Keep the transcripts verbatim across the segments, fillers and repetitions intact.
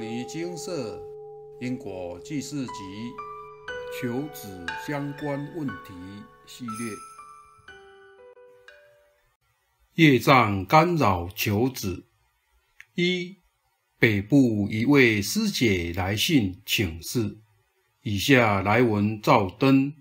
尼精舍因果记事集求子相关问题系列，业障干扰求子。一、北部一位师姐来信请示，以下来文照登。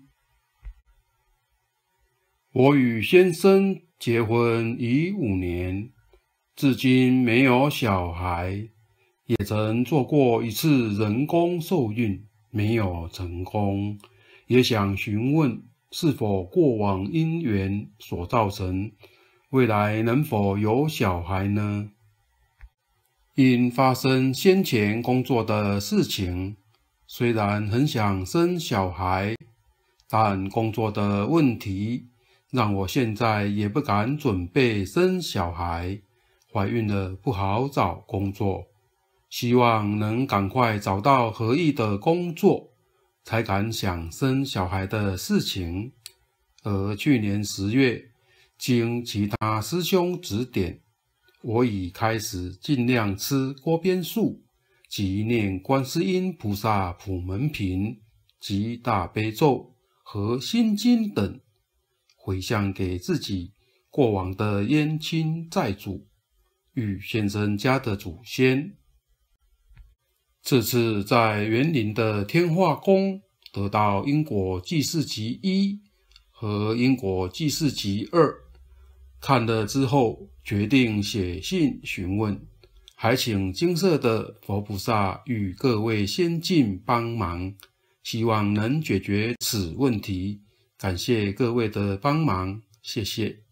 我与先生结婚已五年，至今没有小孩，也曾做过一次人工受孕，没有成功，也想询问是否过往因缘所造成，未来能否有小孩呢？因发生先前工作的事情，虽然很想生小孩，但工作的问题让我现在也不敢准备生小孩，怀孕了不好找工作，希望能赶快找到合意的工作，才敢想生小孩的事情。而去年十月，经其他师兄指点，我已开始尽量吃锅边素及念观世音菩萨普门品及大悲咒和心经等，回向给自己过往的冤亲债主与先生家的祖先。这次在园林的天化宫得到因果记事集一和因果记事集二，看了之后决定写信询问，还请精舍的佛菩萨与各位先进帮忙，希望能解决此问题。感谢各位的帮忙，谢谢。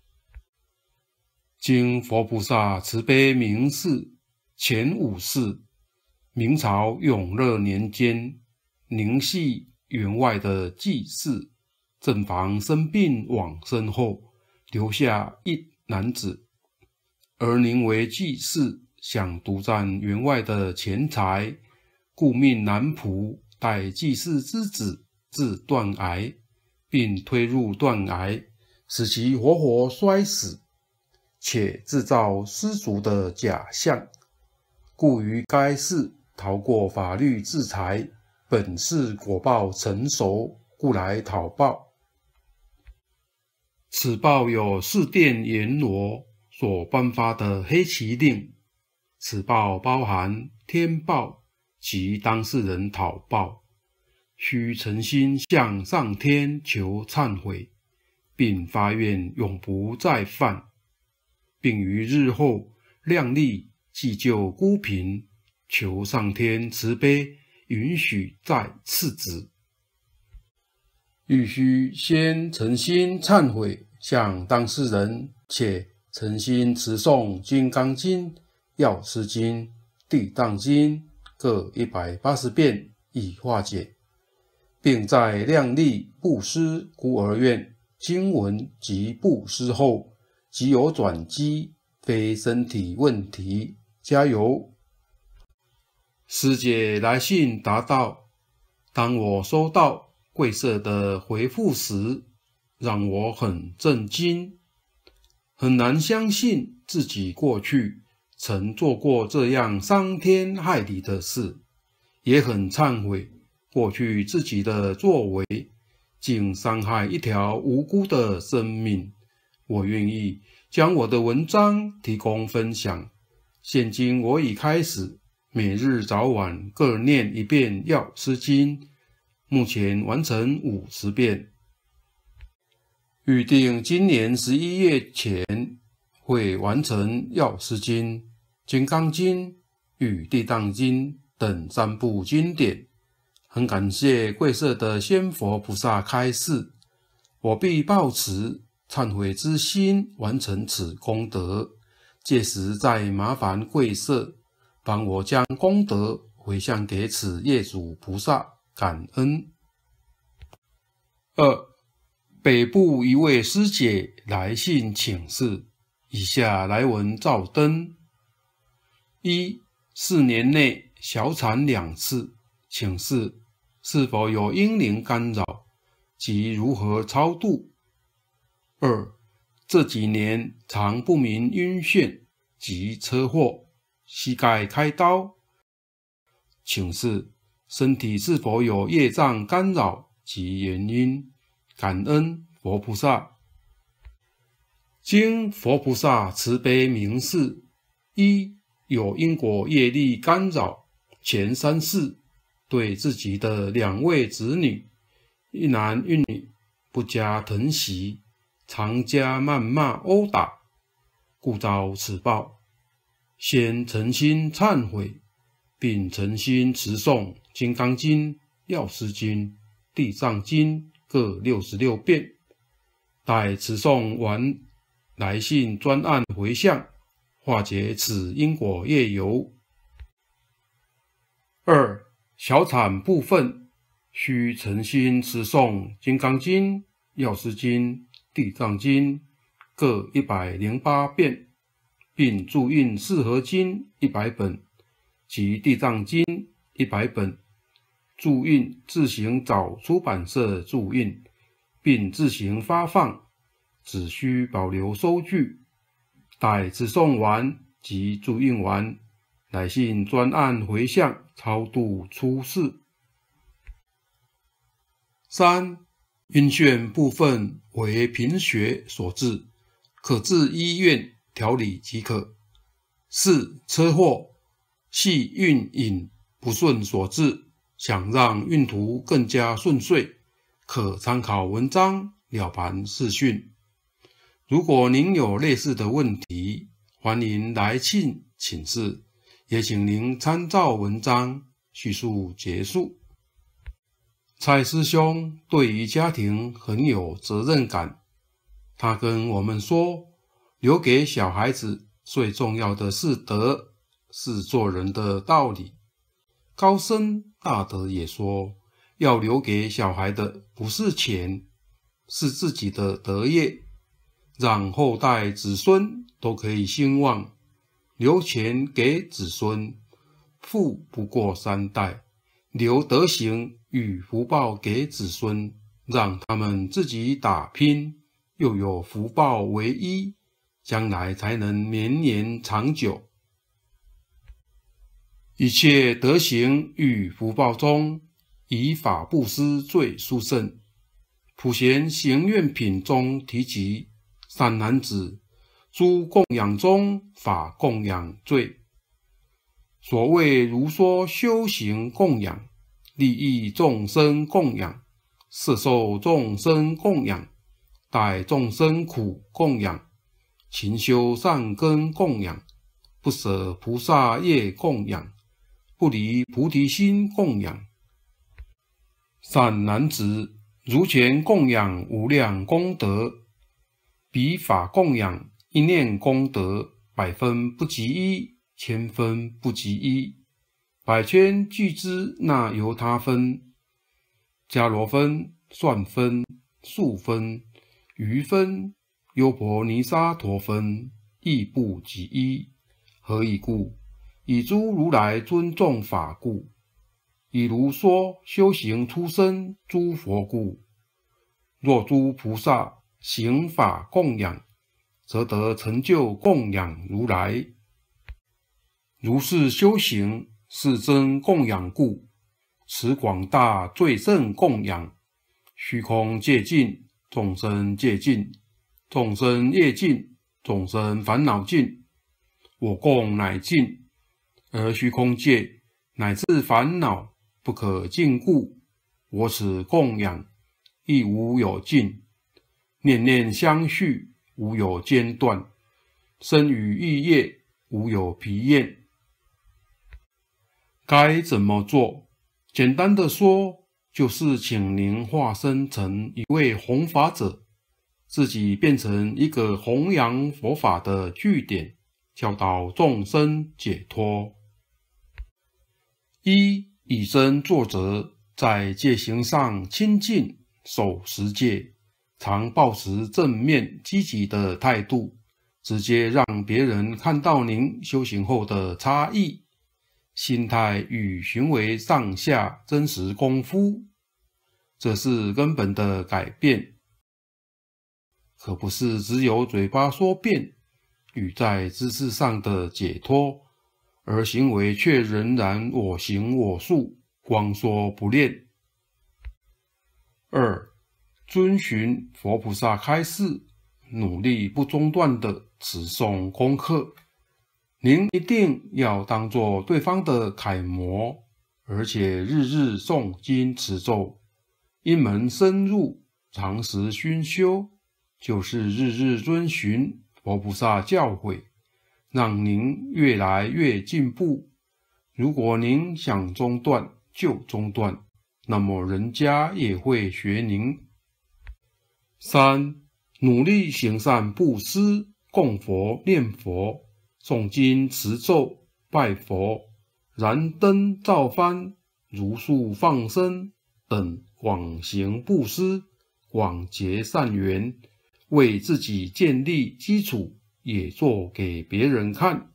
经佛菩萨慈悲明示，前五世明朝永乐年间，宁系员外的继室正房生病往生后，留下一男子，而宁为继室想独占员外的钱财，故命男仆带继室之子至断崖，并推入断崖，使其活活摔死，且制造失足的假象，故于该世逃过法律制裁，本世果报成熟，故来讨报。此报有四殿阎罗所颁发的黑旗令，此报包含天报及当事人讨报，需诚心向上天求忏悔，并发愿永不再犯，并于日后量力济救孤贫，求上天慈悲允许再赐子。欲须先诚心忏悔，向当事人且诚心持诵《金刚经》《药师经》《地藏经》各一百八十遍以化解，并在量力布施孤儿院经文及布施后，即有转机，非身体问题，加油！师姐来信答道，当我收到贵社的回复时，让我很震惊，很难相信自己过去曾做过这样伤天害理的事，也很忏悔过去自己的作为，竟伤害一条无辜的生命。我愿意将我的文章提供分享。现今我已开始每日早晚各念一遍药师经，目前完成五十遍，预定今年十一月前会完成药师经、金刚经与地藏经等三部经典。很感谢贵社的仙佛菩萨开示，我必抱持忏悔之心完成此功德，届时再麻烦贵社帮我将功德回向给此业主菩萨，感恩。二、北部一位师姐来信请示，以下来文照登。一、四年内小产两次，请示是否有阴灵干扰及如何超度。二、这几年常不明晕眩及车祸，膝盖开刀， 请示身体是否有业障干扰及原因，感恩佛菩萨。经佛菩萨慈悲明示：一、有因果业力干扰前三世对自己的两位子女，一男一女不加疼惜，常加谩骂殴打，故遭此报。先诚心忏悔，并诚心持诵《金刚经》《药师经》《地藏经》各六十六遍，待持诵完，来信专案回向，化解此因果业由。二、小产部分，需诚心持诵《金刚经》《药师经》《地藏经》各一百零八遍，并注印四合经一百本及地藏经一百本，注印自行找出版社注印，并自行发放，只需保留收据。待持诵完及注印完，来信专案回向超度出世。三、晕眩部分为贫血所致，可至医院调理即可。四、车祸系运引不顺所致，想让运途更加顺遂，可参考文章了盘视讯。如果您有类似的问题，欢迎来信请示，也请您参照文章叙述结束。蔡师兄对于家庭很有责任感，他跟我们说，留给小孩子最重要的是德，是做人的道理。高僧大德也说，要留给小孩的不是钱，是自己的德业，让后代子孙都可以兴旺。留钱给子孙，富不过三代；留德行与福报给子孙，让他们自己打拼，又有福报为依，将来才能绵延长久。一切德行与福报中，以法布施最殊胜。普贤行愿品中提及，善男子，诸供养中法供养最。所谓如说修行供养，利益众生供养，摄受众生供养，待众生苦供养，勤修善根供养，不舍菩萨业供养，不离菩提心供养。善男子，如前供养无量功德，彼法供养一念功德，百分不及一，千分不及一。百千俱胝那由他分，迦罗分、算分、数分、余分、优婆尼沙陀分，亦不及一。何以故？以诸如来尊重法故，以如说修行出生诸佛故。若诸菩萨行法供养，则得成就供养如来。如是修行，是真供养故，此广大最胜供养。虚空界尽，众生界尽，众生业尽，众生烦恼尽，我供乃尽，而虚空界乃至烦恼不可尽故，我此供养亦无有尽，念念相续，无有间断，身语意业，无有疲厌。该怎么做？简单的说，就是请您化身成一位弘法者，自己变成一个弘扬佛法的据点，教导众生解脱。一、以身作则，在戒行上亲近，守十戒，常抱持正面积极的态度，直接让别人看到您修行后的差异。心态与行为上下真实功夫，这是根本的改变，可不是只有嘴巴说变与在知识上的解脱， 而行为却仍然我行我素，光说不练。二、遵循佛菩萨开示，努力不中断的持诵功课。您一定要当作对方的楷模，而且日日诵经持咒，一门深入，长时熏修，就是日日遵循佛菩萨教诲，让您越来越进步。如果您想中断就中断，那么人家也会学您。三、努力行善布施，供佛念佛，诵经持咒，拜佛，燃灯造幡，如数放生等广行布施，广结善缘，为自己建立基础，也做给别人看。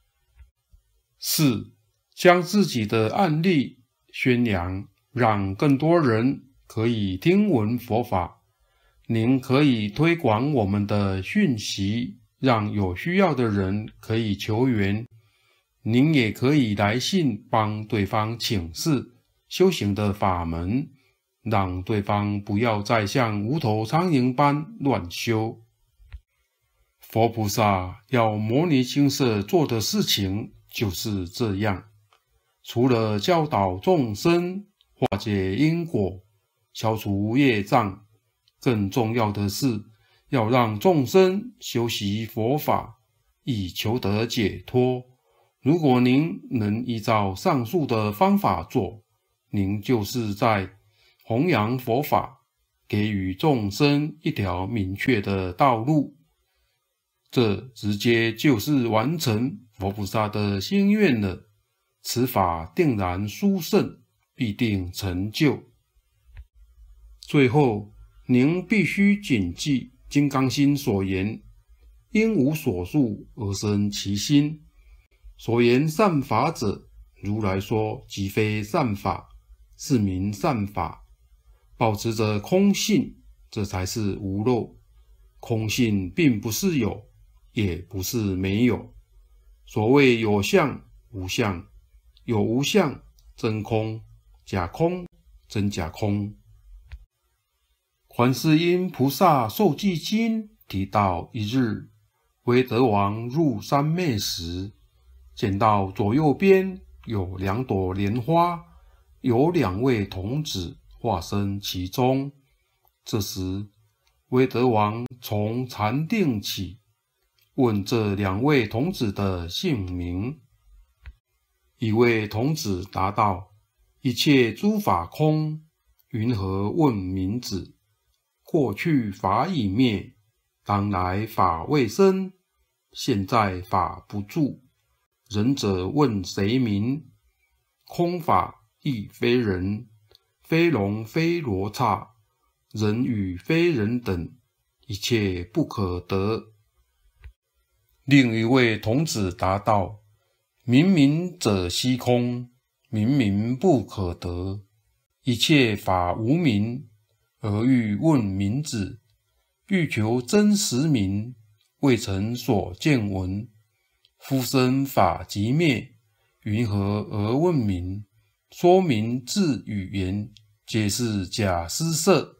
四、将自己的案例宣扬，让更多人可以听闻佛法。您可以推广我们的讯息，让有需要的人可以求援。您也可以来信帮对方请示修行的法门，让对方不要再像无头苍蝇般乱修。佛菩萨要摩尼金色做的事情就是这样，除了教导众生、化解因果、消除业障，更重要的是要让众生修习佛法，以求得解脱。如果您能依照上述的方法做，您就是在弘扬佛法，给予众生一条明确的道路。这直接就是完成佛菩萨的心愿了，此法定然殊胜，必定成就。最后，您必须谨记《金刚经》所言：因无所住而生其心。所言善法者，如来说即非善法，是名善法。保持着空性，这才是无漏。空性并不是有，也不是没有。所谓有相、无相，有无相，真空；假空，真假空。观世音菩萨受记经提到，一日，威德王入三昧时，见到左右边有两朵莲花，有两位童子化身其中。这时，威德王从禅定起，问这两位童子的姓名。一位童子答道：“一切诸法空，云何问名字？过去法已灭，当来法未生，现在法不住。仁者问谁名？空法亦非人，非龙非罗刹，人与非人等，一切不可得。”另一位童子答道：“明明者悉空，明明不可得，一切法无明，而欲问名字，欲求真实名，未曾所见闻。夫生法即灭，云何而问名？说明字语言，皆是假施设。”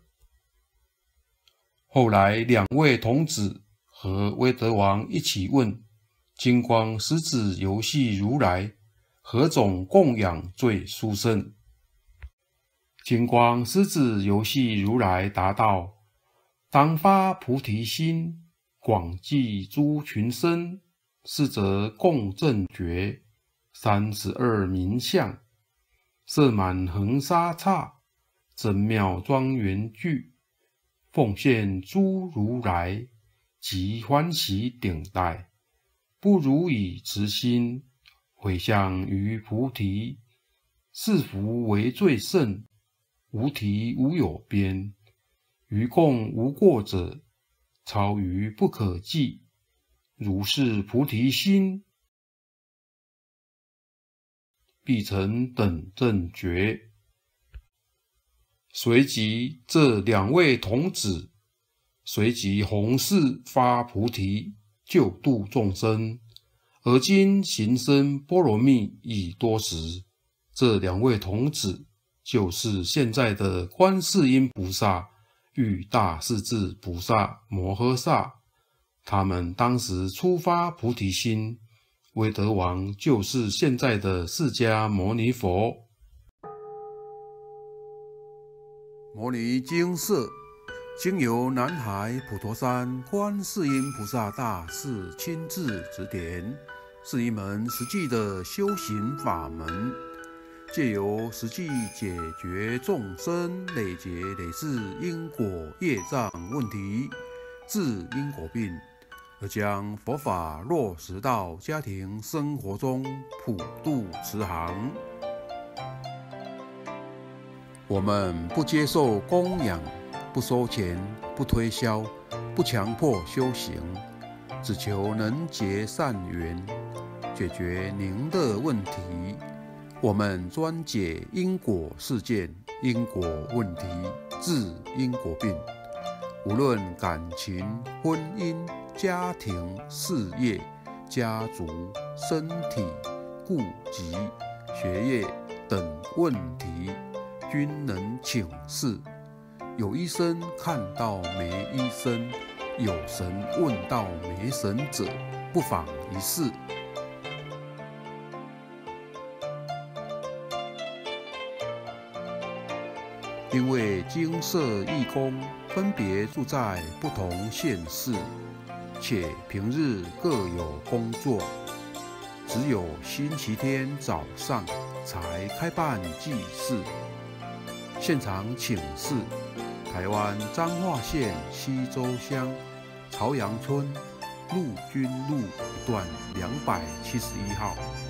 后来两位童子和威德王一起问金光狮子游戏如来，何种供养最殊胜？金光狮子游戏如来答道：“当发菩提心，广济诸群生，是则共正觉，三十二名相，设满恒沙刹，真妙庄严具，奉献诸如来，即欢喜顶戴，不如以慈心回向于菩提，是福为最胜，无题无有边，于共无过者，超于不可计。如是菩提心，必成等正觉。”随即这两位童子随即弘誓发菩提，救度众生， 而今行深波罗蜜已多时，这两位童子就是现在的观世音菩萨与大势至菩萨摩诃萨。他们当时出发菩提心，威德王就是现在的释迦牟尼佛。摩尼精舍经由南海普陀山观世音菩萨大士亲自指点，是一门实际的修行法门，借由实际解决众生累劫累世因果业障问题，治因果病，而将佛法落实到家庭生活中，普度慈航。我们不接受供养，不收钱，不推销，不强迫修行，只求能结善缘，解决您的问题。我们专解因果事件、因果问题，治因果病。无论感情、婚姻、家庭、事业、家族、身体、顾及、学业等问题，均能请示。有医生看到没医生，有神问到没神者，不妨一试。因为精舍义工分别住在不同县市，且平日各有工作，只有星期天早上才开办祭祀。现场请示台湾彰化县溪州乡朝阳村陆军路一段两百七十一号。